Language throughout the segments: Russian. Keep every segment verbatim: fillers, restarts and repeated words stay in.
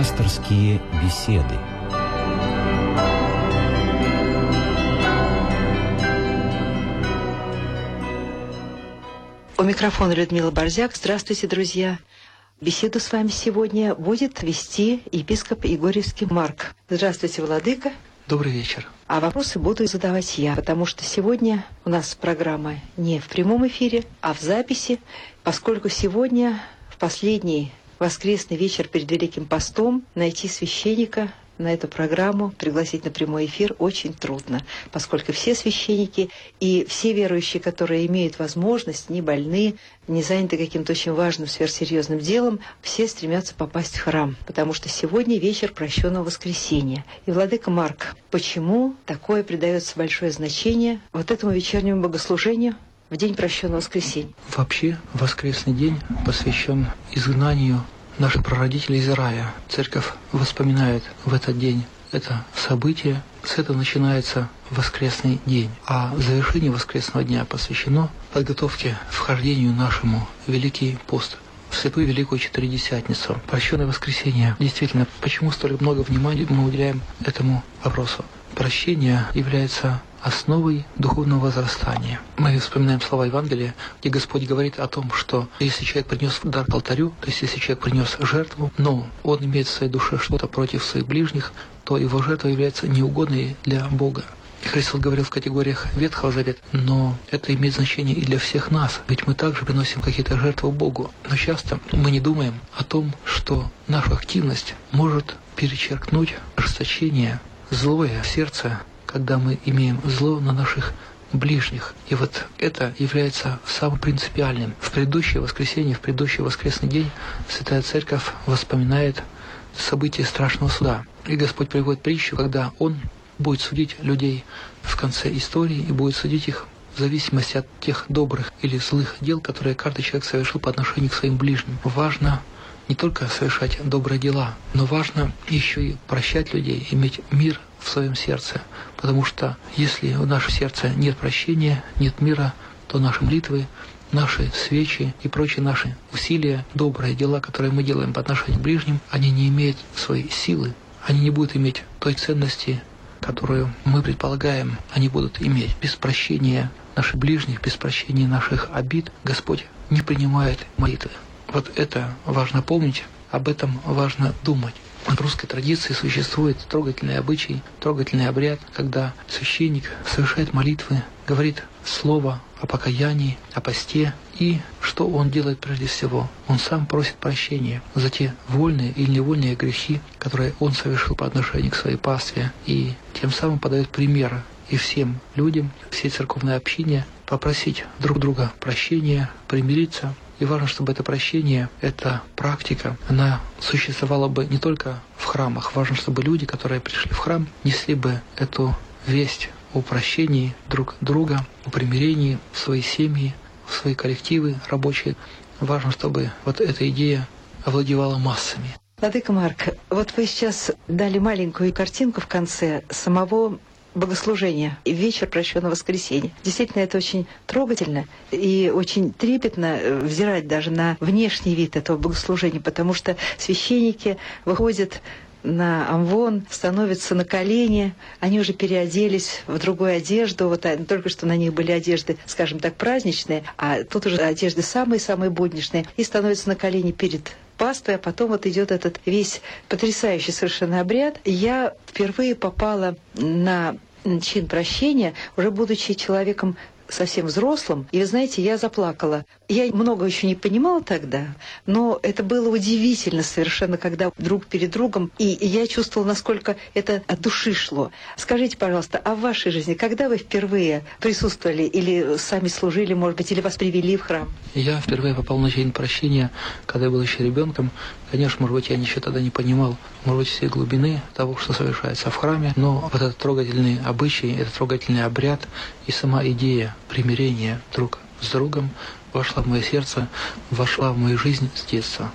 Пасторские беседы. У микрофона Людмила Борзяк. Здравствуйте, друзья. Беседу с вами сегодня будет вести епископ Егорьевский Марк. Здравствуйте, владыка. Добрый вечер. А вопросы буду задавать я, потому что сегодня у нас программа не в прямом эфире, а в записи, поскольку сегодня, в последний воскресный вечер перед Великим постом, найти священника на эту программу, пригласить на прямой эфир очень трудно, поскольку все священники и все верующие, которые имеют возможность, не больны, не заняты каким-то очень важным, сверхсерьезным делом, все стремятся попасть в храм, потому что сегодня вечер прощенного воскресения. И, владыка Марк, почему такое придается большое значение вот этому вечернему богослужению в день прощенного воскресения? Вообще, воскресный день посвящен изгнанию наших прародителей из рая. Церковь вспоминает в этот день это событие. С этого начинается воскресный день. А завершение воскресного дня посвящено подготовке вхождению нашему в Великий пост, в Святую Великую Четыредесятницу. Прощенное воскресенье. Действительно, почему столь много внимания мы уделяем этому вопросу? Прощение является основой духовного возрастания. Мы вспоминаем слова Евангелия, где Господь говорит о том, что если человек принес дар к алтарю, то есть если человек принес жертву, но он имеет в своей душе что-то против своих ближних, то его жертва является неугодной для Бога. И Христос говорил в категориях Ветхого Завета, но это имеет значение и для всех нас, ведь мы также приносим какие-то жертвы Богу. Но часто мы не думаем о том, что наша активность может перечеркнуть ожесточение, злое сердце, когда мы имеем зло на наших ближних. И вот это является самым принципиальным. В предыдущее воскресенье, в предыдущий воскресный день Святая Церковь вспоминает события страшного суда. И Господь приводит притчу, когда Он будет судить людей в конце истории и будет судить их в зависимости от тех добрых или злых дел, которые каждый человек совершил по отношению к своим ближним. Важно не только совершать добрые дела, но важно еще и прощать людей, иметь мир в своем сердце. Потому что если в нашем сердце нет прощения, нет мира, то наши молитвы, наши свечи и прочие наши усилия, добрые дела, которые мы делаем по отношению к ближним, они не имеют своей силы, они не будут иметь той ценности, которую мы предполагаем, они будут иметь. Без прощения наших ближних, без прощения наших обид Господь не принимает молитвы. Вот это важно помнить, об этом важно думать. В русской традиции существует трогательный обычай, трогательный обряд, когда священник совершает молитвы, говорит слово о покаянии, о посте, и что он делает прежде всего? Он сам просит прощения за те вольные или невольные грехи, которые он совершил по отношению к своей пастве, и тем самым подает пример и всем людям, всей церковной общине попросить друг друга прощения, примириться. И важно, чтобы это прощение, эта практика, она существовала бы не только в храмах. Важно, чтобы люди, которые пришли в храм, несли бы эту весть о прощении друг друга, о примирении в свои семьи, в свои коллективы рабочие. Важно, чтобы вот эта идея овладевала массами. Владыка Марк, вот вы сейчас дали маленькую картинку в конце самого богослужения и вечер прощенного воскресенья. Действительно, это очень трогательно и очень трепетно взирать даже на внешний вид этого богослужения, потому что священники выходят на амвон, становятся на колени, они уже переоделись в другую одежду, вот только что на них были одежды, скажем так, праздничные, а тут уже одежды самые-самые будничные, и становятся на колени перед паствой, а потом вот идет этот весь потрясающий совершенно обряд. Я впервые попала на чин прощения, уже будучи человеком совсем взрослым, и вы знаете, я заплакала. Я много еще не понимала тогда, но это было удивительно совершенно, когда друг перед другом, и я чувствовала, насколько это от души шло. Скажите, пожалуйста, а в вашей жизни, когда вы впервые присутствовали или сами служили, может быть, или вас привели в храм? Я впервые попал на день прощения, когда я был еще ребенком. Конечно, может быть, я ничего тогда не понимал, может быть, всей глубины того, что совершается в храме, но вот этот трогательный обычай, этот трогательный обряд и сама идея примирения друг с другом вошла в мое сердце, вошла в мою жизнь с детства.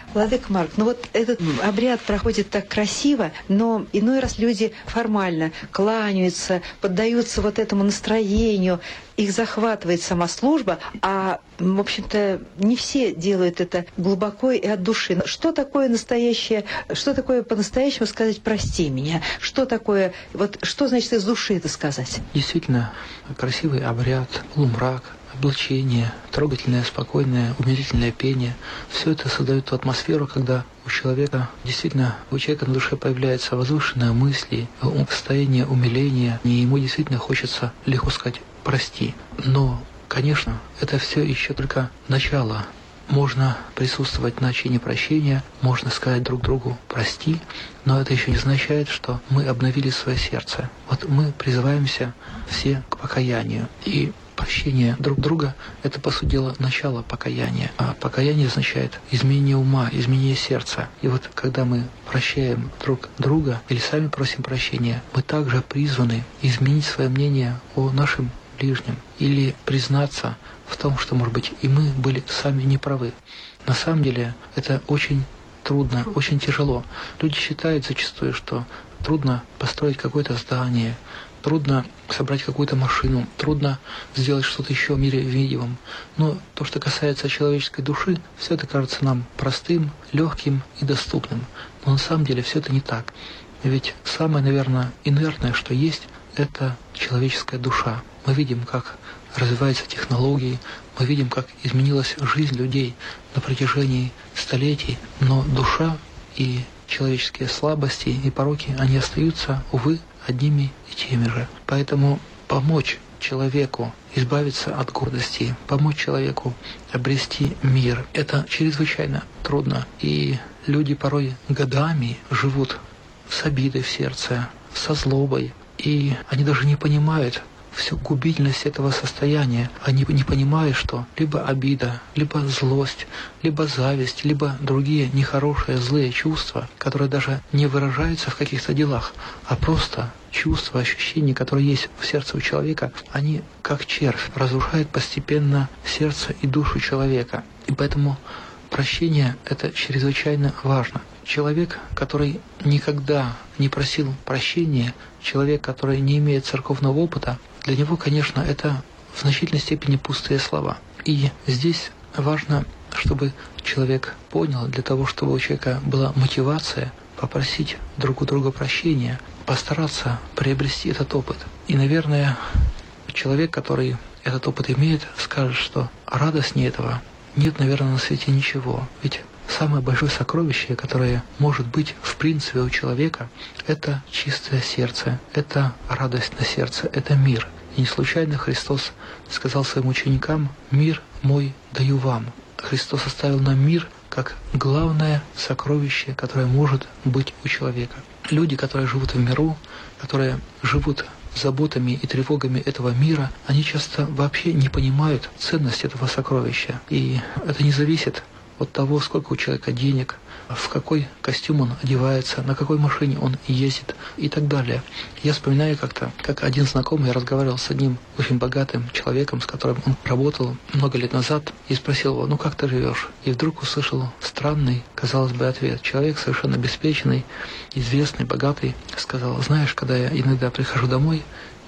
Владыка Марк, ну вот этот обряд проходит так красиво, но иной раз люди формально кланяются, поддаются вот этому настроению, их захватывает сама служба, а, в общем-то, не все делают это глубоко и от души. Что такое настоящее, что такое по-настоящему сказать «прости меня»? Что такое, вот что значит из души это сказать? Действительно, красивый обряд, полумрак, облачение, трогательное, спокойное, умилительное пение. Все это создает ту атмосферу, когда у человека, действительно, у человека на душе появляются возвышенные мысли, состояние умиления, и ему действительно хочется легко сказать «прости». Но, конечно, это все еще только начало. Можно присутствовать на чине прощения, можно сказать друг другу «прости», но это еще не означает, что мы обновили свое сердце. Вот мы призываемся все к покаянию. И прощение друг друга – это, по сути дела, начало покаяния. А покаяние означает изменение ума, изменение сердца. И вот когда мы прощаем друг друга или сами просим прощения, мы также призваны изменить свое мнение о нашем ближнем или признаться в том, что, может быть, и мы были сами неправы. На самом деле это очень трудно, очень тяжело. Люди считают зачастую, что трудно построить какое-то здание, трудно собрать какую-то машину, трудно сделать что-то еще в мире видимом. Но то, что касается человеческой души, все это кажется нам простым, легким и доступным. Но на самом деле все это не так. Ведь самое, наверное, инертное, что есть, это человеческая душа. Мы видим, как развиваются технологии, мы видим, как изменилась жизнь людей на протяжении столетий, но душа и человеческие слабости и пороки, они остаются, увы, одними и теми же. Поэтому помочь человеку избавиться от гордости, помочь человеку обрести мир, это чрезвычайно трудно. И люди порой годами живут с обидой в сердце, со злобой, и они даже не понимают всю губительность этого состояния. Они не понимают, что либо обида, либо злость, либо зависть, либо другие нехорошие, злые чувства, которые даже не выражаются в каких-то делах, а просто чувства, ощущения, которые есть в сердце у человека, они, как червь, разрушают постепенно сердце и душу человека. И поэтому прощение – это чрезвычайно важно. Человек, который никогда не просил прощения, человек, который не имеет церковного опыта, для него, конечно, это в значительной степени пустые слова. И здесь важно, чтобы человек понял, для того, чтобы у человека была мотивация попросить друг у друга прощения, постараться приобрести этот опыт. И, наверное, человек, который этот опыт имеет, скажет, что радостнее этого нет, наверное, на свете ничего. Ведь самое большое сокровище, которое может быть в принципе у человека, это чистое сердце, это радость на сердце, это мир. И не случайно Христос сказал своим ученикам: «Мир мой даю вам». Христос оставил нам мир как главное сокровище, которое может быть у человека. Люди, которые живут в миру, которые живут заботами и тревогами этого мира, они часто вообще не понимают ценность этого сокровища. И это не зависит от того, сколько у человека денег, в какой костюм он одевается, на какой машине он ездит и так далее. Я вспоминаю как-то, как один знакомый разговаривал с одним очень богатым человеком, с которым он работал много лет назад, и спросил его: «Ну как ты живешь?» И вдруг услышал странный, казалось бы, ответ. Человек совершенно обеспеченный, известный, богатый, сказал: «Знаешь, когда я иногда прихожу домой,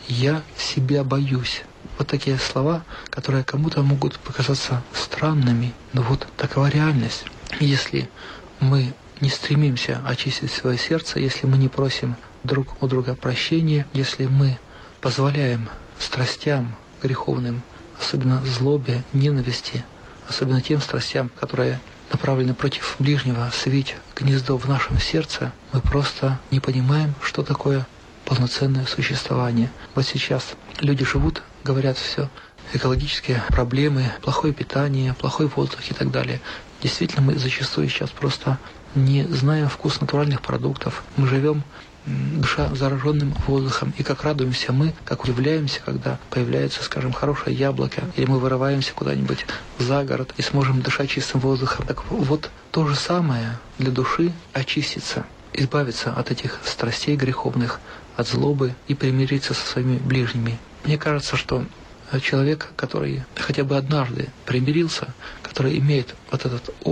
я себя боюсь». Вот такие слова, которые кому-то могут показаться странными, но вот такова реальность. Если мы не стремимся очистить свое сердце, если мы не просим друг у друга прощения, если мы позволяем страстям греховным, особенно злобе, ненависти, особенно тем страстям, которые направлены против ближнего, свить гнездо в нашем сердце, мы просто не понимаем, что такое полноценное существование. Вот сейчас люди живут, говорят все, экологические проблемы, плохое питание, плохой воздух и так далее. Действительно, мы зачастую сейчас просто не знаем вкус натуральных продуктов. Мы живем, дыша зараженным воздухом. И как радуемся мы, как удивляемся, когда появляется, скажем, хорошее яблоко, или мы вырываемся куда-нибудь за город и сможем дышать чистым воздухом. Так вот, то же самое для души — очиститься, избавиться от этих страстей греховных, от злобы и примириться со своими ближними. Мне кажется, что человек, который хотя бы однажды примирился, который имеет вот этот опыт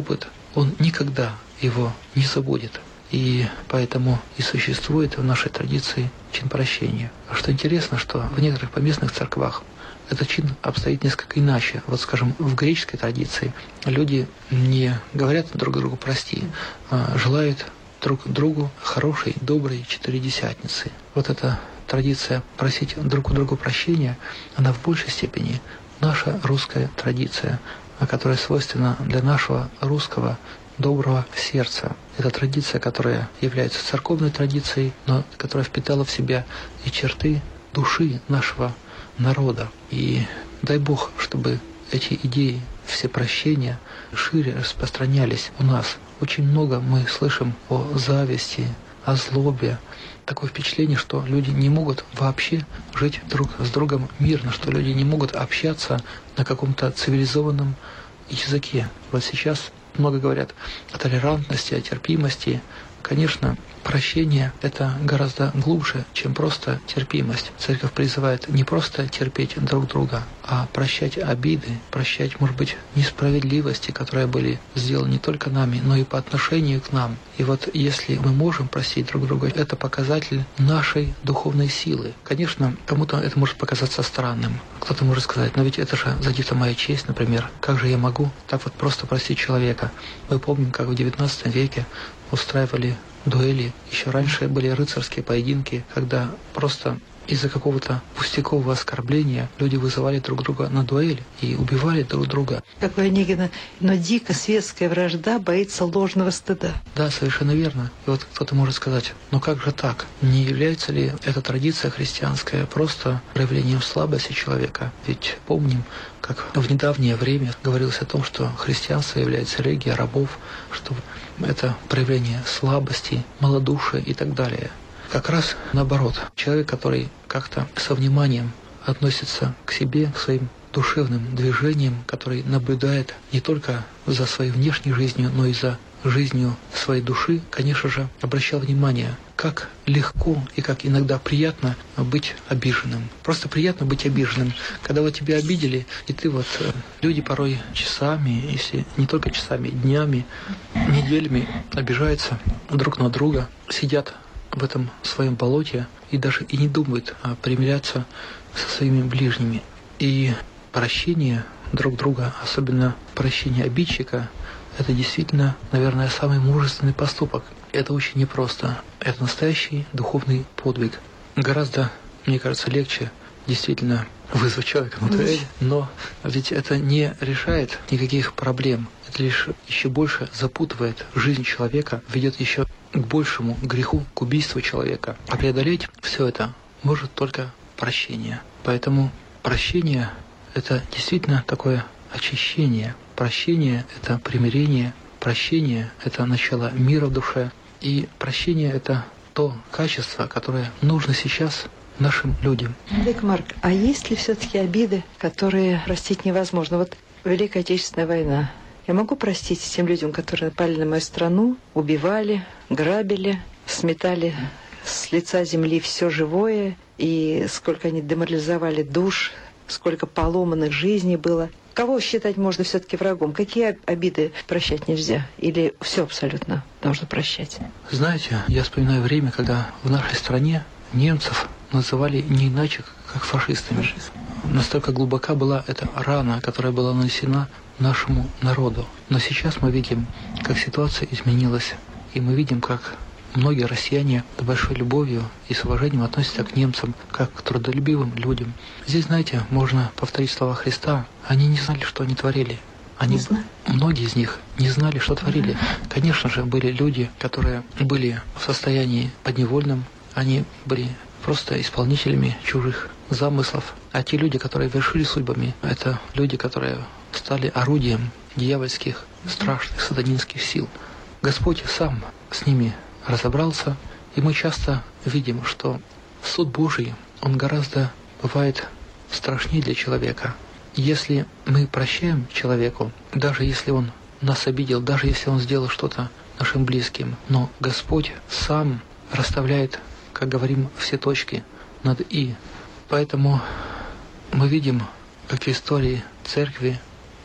Он никогда его не забудет. И поэтому и существует в нашей традиции чин прощения. Что интересно, что в некоторых поместных церквах этот чин обстоит несколько иначе. Вот, скажем, в греческой традиции люди не говорят друг другу «прости», а желают друг другу хорошей, доброй четыредесятницы. Вот эта традиция просить друг у друга прощения, она в большей степени наша русская традиция, которая свойственна для нашего русского доброго сердца. Это традиция, которая является церковной традицией, но которая впитала в себя и черты души нашего народа. И дай Бог, чтобы эти идеи всепрощения шире распространялись у нас. Очень много мы слышим о зависти, о злобе. Такое впечатление, что люди не могут вообще жить друг с другом мирно, что люди не могут общаться на каком-то цивилизованном языке. Вот сейчас много говорят о толерантности, о терпимости. Конечно, прощение – это гораздо глубже, чем просто терпимость. Церковь призывает не просто терпеть друг друга, а прощать обиды, прощать, может быть, несправедливости, которые были сделаны не только нами, но и по отношению к нам. И вот если мы можем простить друг друга, это показатель нашей духовной силы. Конечно, кому-то это может показаться странным. Кто-то может сказать, но ведь это же задета моя честь, например. Как же я могу так вот просто простить человека? Мы помним, как в девятнадцатом веке устраивали дуэли. Еще раньше были рыцарские поединки, когда просто из-за какого-то пустякового оскорбления люди вызывали друг друга на дуэль и убивали друг друга. Как у Онегина, но дико светская вражда боится ложного стыда. Да, совершенно верно. И вот кто-то может сказать, ну как же так? Не является ли эта традиция христианская просто проявлением слабости человека? Ведь помним, как в недавнее время говорилось о том, что христианство является религией рабов, что это проявление слабости, малодушия и так далее. Как раз наоборот, человек, который как-то со вниманием относится к себе, к своим душевным движениям, который наблюдает не только за своей внешней жизнью, но и за жизнью своей души, конечно же, обращал внимание, как легко и как иногда приятно быть обиженным. Просто приятно быть обиженным. Когда вот тебя обидели, и ты вот... Люди порой часами, если не только часами, днями, неделями обижаются друг на друга, сидят в этом своем болоте и даже и не думают а примиряться со своими ближними. И прощение друг друга, особенно прощение обидчика, это действительно, наверное, самый мужественный поступок. Это очень непросто. Это настоящий духовный подвиг. Гораздо, мне кажется, легче действительно вызвать человека на дуэль, но ведь это не решает никаких проблем. Это лишь еще больше запутывает жизнь человека, ведет еще к большему греху, к убийству человека. А преодолеть все это может только прощение. Поэтому прощение – это действительно такое очищение. Прощение – это примирение. Прощение – это начало мира в душе. И прощение – это то качество, которое нужно сейчас нашим людям. Олег Марк, а есть ли все-таки обиды, которые простить невозможно? Вот Великая Отечественная война. Я могу простить тем людям, которые напали на мою страну, убивали, грабили, сметали с лица земли все живое, и сколько они деморализовали душ, сколько поломанных жизней было. Кого считать можно все-таки врагом? Какие обиды прощать нельзя? Или все абсолютно должно прощать? Знаете, я вспоминаю время, когда в нашей стране немцев называли не иначе, как фашистами. Фашист. Настолько глубока была эта рана, которая была нанесена нашему народу. Но сейчас мы видим, как ситуация изменилась. И мы видим, как многие россияне с большой любовью и с уважением относятся к немцам, как к трудолюбивым людям. Здесь, знаете, можно повторить слова Христа. Они не знали, что они творили. Они, многие из них не знали, что творили. Конечно же, были люди, которые были в состоянии подневольном. Они были просто исполнителями чужих замыслов. А те люди, которые вершили судьбами, это люди, которые стали орудием дьявольских, страшных сатанинских сил. Господь сам с ними разобрался, и мы часто видим, что суд Божий, он гораздо бывает страшнее для человека. Если мы прощаем человеку, даже если он нас обидел, даже если он сделал что-то нашим близким, но Господь сам расставляет, как говорим, все точки над «и». Поэтому мы видим, как в истории церкви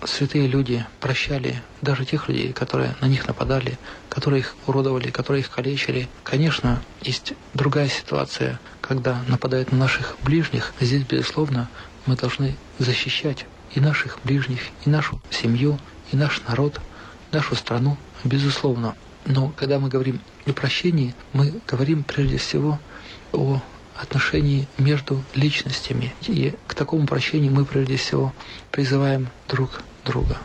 святые люди прощали даже тех людей, которые на них нападали, которые их уродовали, которые их калечили. Конечно, есть другая ситуация, когда нападают на наших ближних. Здесь, безусловно, мы должны защищать и наших ближних, и нашу семью, и наш народ, нашу страну, безусловно. Но когда мы говорим о прощении, мы говорим прежде всего о отношении между личностями. И к такому прощению мы прежде всего призываем друг друга.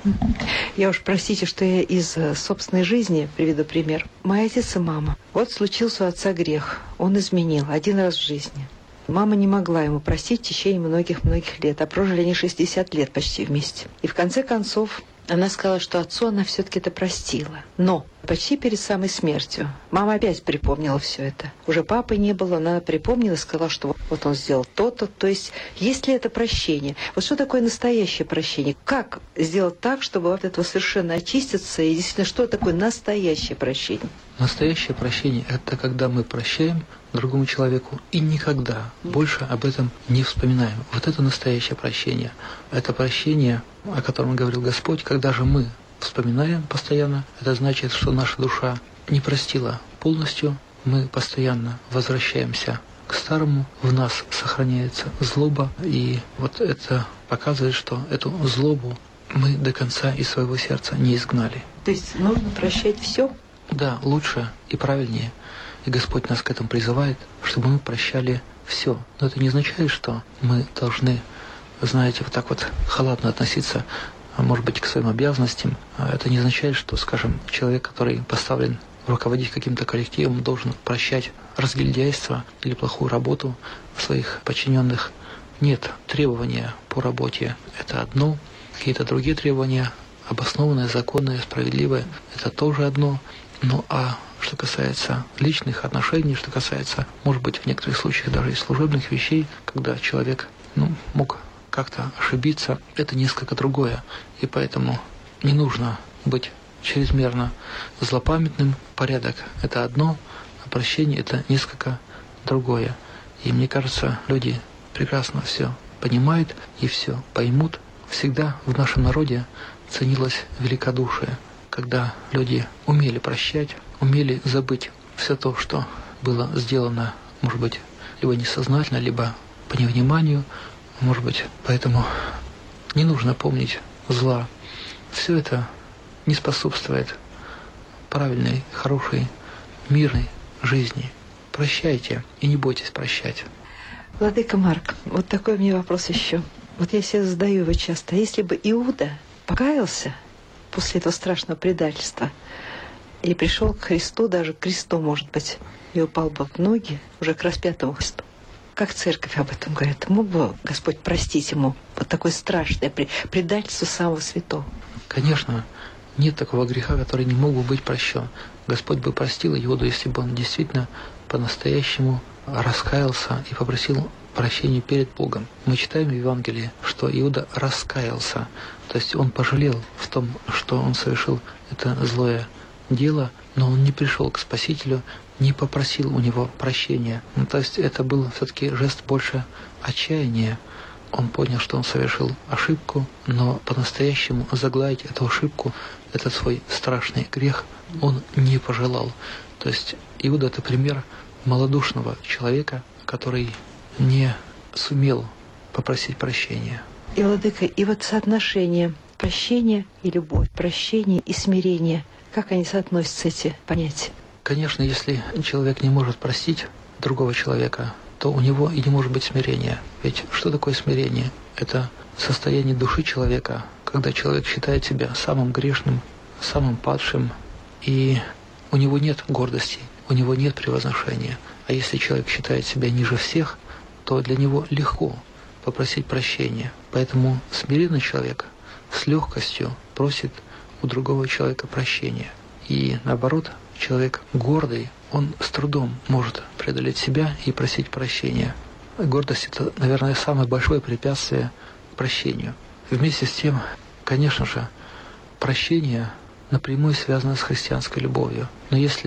Я уж простите, что я из собственной жизни приведу пример. Мой отец и мама. Вот случился у отца грех. Он изменил один раз в жизни. Мама не могла ему простить в течение многих-многих лет, а прожили они шестьдесят лет почти вместе. И в конце концов она сказала, что отцу она все-таки это простила. Но почти перед самой смертью мама опять припомнила все это. Уже папы не было, она припомнила и сказала, что вот он сделал то-то. То есть, есть ли это прощение? Вот что такое настоящее прощение? Как сделать так, чтобы от этого совершенно очиститься? И действительно, что такое настоящее прощение? Настоящее прощение – это когда мы прощаем другому человеку и никогда больше об этом не вспоминаем. Вот это настоящее прощение. Это прощение, о котором говорил Господь, когда же мы вспоминаем постоянно, это значит, что наша душа не простила полностью, мы постоянно возвращаемся к старому, в нас сохраняется злоба, и вот это показывает, что эту злобу мы до конца из своего сердца не изгнали. То есть нужно прощать все? Да, лучше и правильнее. И Господь нас к этому призывает, чтобы мы прощали все. Но это не означает, что мы должны, знаете, вот так вот халатно относиться, может быть, к своим обязанностям. Это не означает, что, скажем, человек, который поставлен руководить каким-то коллективом, должен прощать разгильдяйство или плохую работу своих подчиненных. Нет, требования по работе – это одно, какие-то другие требования, обоснованные, законные, справедливые – это тоже одно. Ну а что касается личных отношений, что касается, может быть, в некоторых случаях даже и служебных вещей, когда человек ну, мог как-то ошибиться, это несколько другое. И поэтому не нужно быть чрезмерно злопамятным. Порядок – это одно, а прощение – это несколько другое. И мне кажется, люди прекрасно все понимают и все поймут. Всегда в нашем народе ценилось великодушие, когда люди умели прощать, умели забыть все то, что было сделано, может быть, либо несознательно, либо по невниманию, может быть, поэтому не нужно помнить зла. Все это не способствует правильной, хорошей, мирной жизни. Прощайте и не бойтесь прощать. Владыка Марк, вот такой у меня вопрос еще. Вот я себе задаю его часто. Если бы Иуда покаялся после этого страшного предательства и пришел к Христу, даже к кресту, может быть, и упал бы в ноги уже к распятому Христу, как церковь об этом говорит, мог бы Господь простить ему вот такое страшное предательство самого святого? Конечно, нет такого греха, который не мог бы быть прощен. Господь бы простил Иуду, если бы он действительно по-настоящему раскаялся и попросил прощения перед Богом. Мы читаем в Евангелии, что Иуда раскаялся, то есть он пожалел в том, что он совершил это злое дело, но он не пришел к Спасителю, не попросил у него прощения. Ну, то есть это был все-таки жест больше отчаяния. Он понял, что он совершил ошибку, но по-настоящему загладить эту ошибку, этот свой страшный грех, он не пожелал. То есть Иуда – это пример малодушного человека, который не сумел попросить прощения. И, Владыка, и вот соотношение прощения и любовь, прощение и смирение, как они соотносятся, эти понятия? Конечно, если человек не может простить другого человека, то у него и не может быть смирения. Ведь что такое смирение? Это состояние души человека, когда человек считает себя самым грешным, самым падшим, и у него нет гордости, у него нет превозношения. А если человек считает себя ниже всех, то для него легко попросить прощения. Поэтому смиренный человек с легкостью просит у другого человека прощения. И наоборот, человек гордый, он с трудом может преодолеть себя и просить прощения. Гордость – это, наверное, самое большое препятствие к прощению. Вместе с тем, конечно же, прощение напрямую связано с христианской любовью. Но если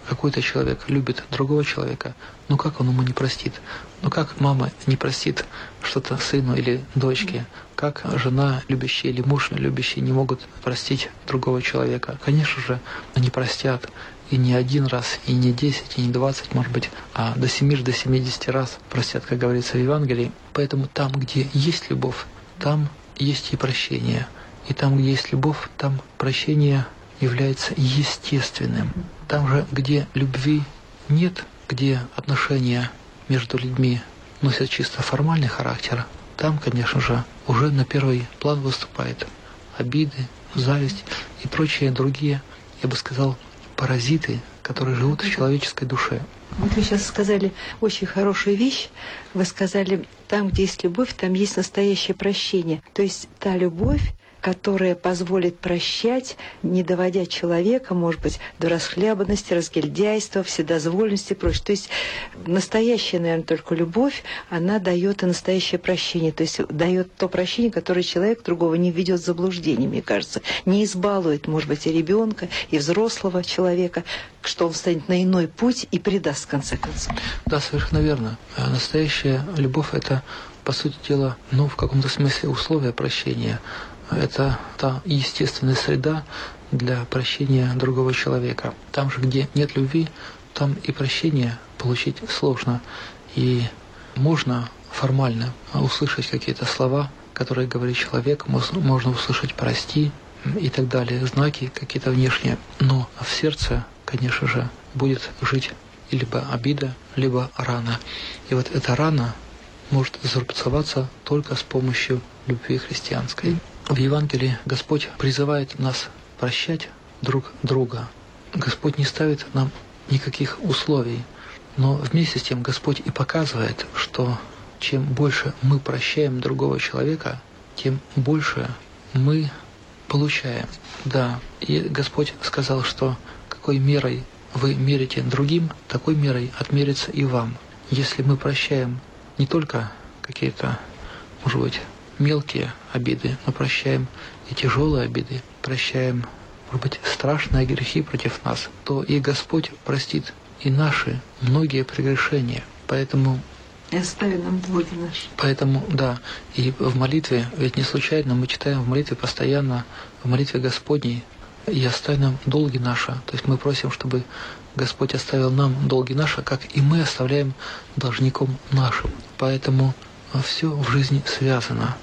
какой-то человек любит другого человека, ну как он ему не простит? Ну как мама не простит что-то сыну или дочке? Как жена любящая или муж любящий не могут простить другого человека? Конечно же, они простят. И не один раз, и не десять, и не двадцать, может быть, а до семи, до семидесяти раз простят, как говорится в Евангелии. Поэтому там, где есть любовь, там есть и прощение. И там, где есть любовь, там прощение является естественным. Там же, где любви нет, где отношения между людьми носят чисто формальный характер, там, конечно же, уже на первый план выступает обиды, зависть и прочие другие, я бы сказал, паразиты, которые живут в человеческой душе. Вот вы сейчас сказали очень хорошую вещь. Вы сказали, там, где есть любовь, там есть настоящее прощение. То есть та любовь, которая позволит прощать, не доводя человека, может быть, до расхлябанности, разгильдяйства, вседозволенности и прочее. То есть настоящая, наверное, только любовь, она дает и настоящее прощение. То есть дает то прощение, которое человек другого не введет в заблуждение, мне кажется. Не избалует, может быть, и ребенка, и взрослого человека, что он встанет на иной путь и предаст, в конце концов. Да, совершенно верно. Настоящая любовь – это, по сути дела, ну, в каком-то смысле условие прощения. Это та естественная среда для прощения другого человека. Там же, где нет любви, там и прощение получить сложно. И можно формально услышать какие-то слова, которые говорит человек, можно услышать «прости» и так далее, знаки какие-то внешние. Но в сердце, конечно же, будет жить либо обида, либо рана. И вот эта рана может зарубцеваться только с помощью любви христианской. В Евангелии Господь призывает нас прощать друг друга. Господь не ставит нам никаких условий, но вместе с тем Господь и показывает, что чем больше мы прощаем другого человека, тем больше мы получаем. Да, и Господь сказал, что какой мерой вы мерите другим, такой мерой отмерится и вам. Если мы прощаем не только какие-то, может быть, мелкие обиды, но прощаем и тяжелые обиды, прощаем, может быть, страшные грехи против нас, то и Господь простит и наши многие прегрешения. Поэтому и остави нам долги наши. Поэтому, да, и в молитве, ведь не случайно мы читаем в молитве постоянно, в молитве Господней, и оставь нам долги наши. То есть мы просим, чтобы Господь оставил нам долги наши, как и мы оставляем должником нашим. Поэтому все в жизни связано.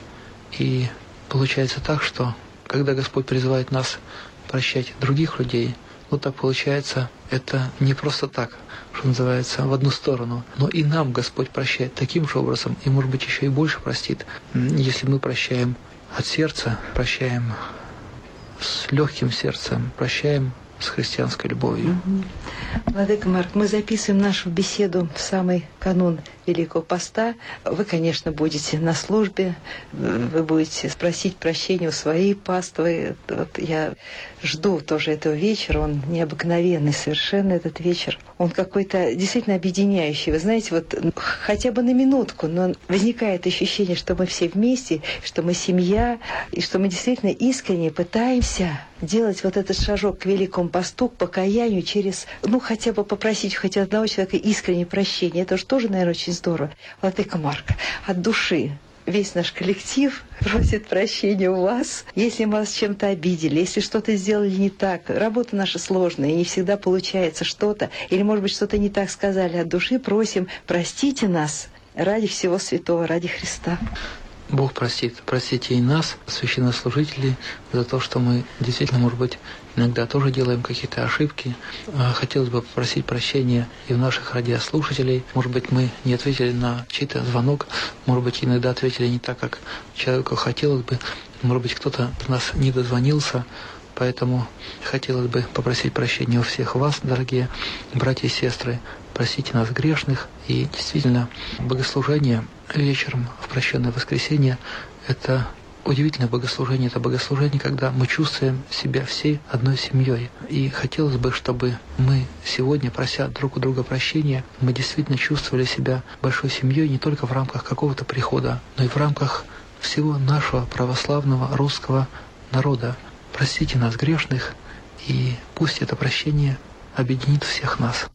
И получается так, что когда Господь призывает нас прощать других людей, вот так получается, это не просто так, что называется, в одну сторону, но и нам Господь прощает таким же образом, и, может быть, еще и больше простит, если мы прощаем от сердца, прощаем с легким сердцем, прощаем с христианской любовью. Владыка Марк, мы записываем нашу беседу в самый канун Великого Поста. Вы, конечно, будете на службе, вы будете просить прощения у своей паствы. Вот я жду тоже этого вечера, он необыкновенный совершенно, этот вечер. Он какой-то действительно объединяющий. Вы знаете, вот хотя бы на минутку, но возникает ощущение, что мы все вместе, что мы семья, и что мы действительно искренне пытаемся делать вот этот шажок к Великому Посту, к покаянию через, ну, хотя бы попросить хотя одного человека искреннее прощения. Это же тоже, наверное, очень здорово. Владыка Марк, от души весь наш коллектив просит прощения у вас, если мы вас чем-то обидели, если что-то сделали не так. Работа наша сложная, и не всегда получается что-то, или, может быть, что-то не так сказали. От души просим, простите нас ради всего святого, ради Христа. Бог простит. Простите и нас, священнослужителей, за то, что мы действительно, может быть, иногда тоже делаем какие-то ошибки. Хотелось бы попросить прощения и у наших радиослушателей. Может быть, мы не ответили на чей-то звонок, может быть, иногда ответили не так, как человеку хотелось бы. Может быть, кто-то до нас не дозвонился. Поэтому хотелось бы попросить прощения у всех вас, дорогие братья и сестры. Простите нас грешных. И действительно, богослужение вечером в прощенное воскресенье – это удивительное богослужение. Это богослужение, когда мы чувствуем себя всей одной семьей. И хотелось бы, чтобы мы сегодня, прося друг у друга прощения, мы действительно чувствовали себя большой семьей не только в рамках какого-то прихода, но и в рамках всего нашего православного русского народа. Простите нас грешных, и пусть это прощение объединит всех нас.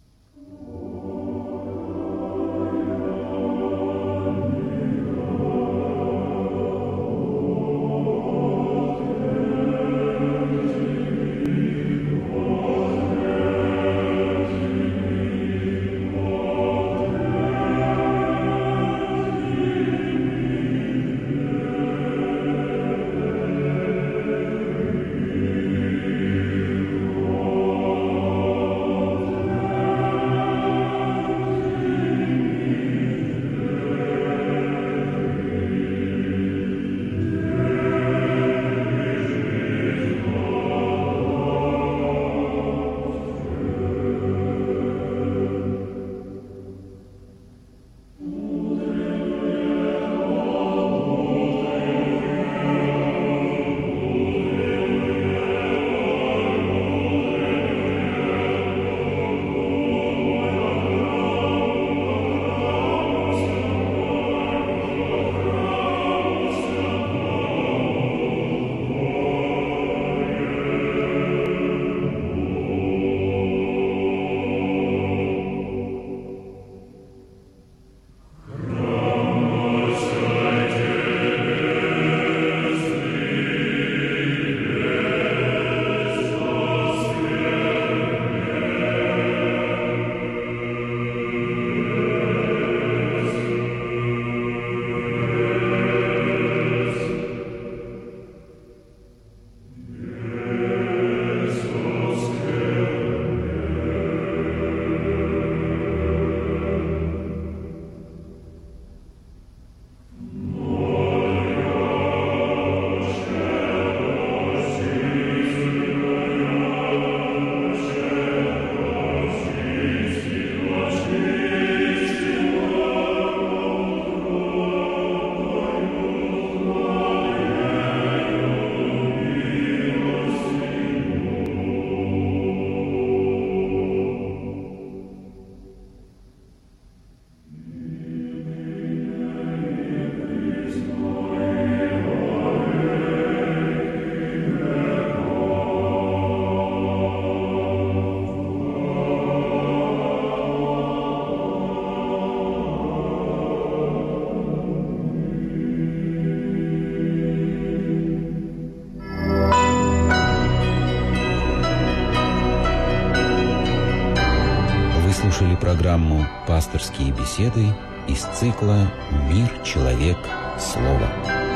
Слушали программу «Пасторские беседы» из цикла «Мир, человек, слово».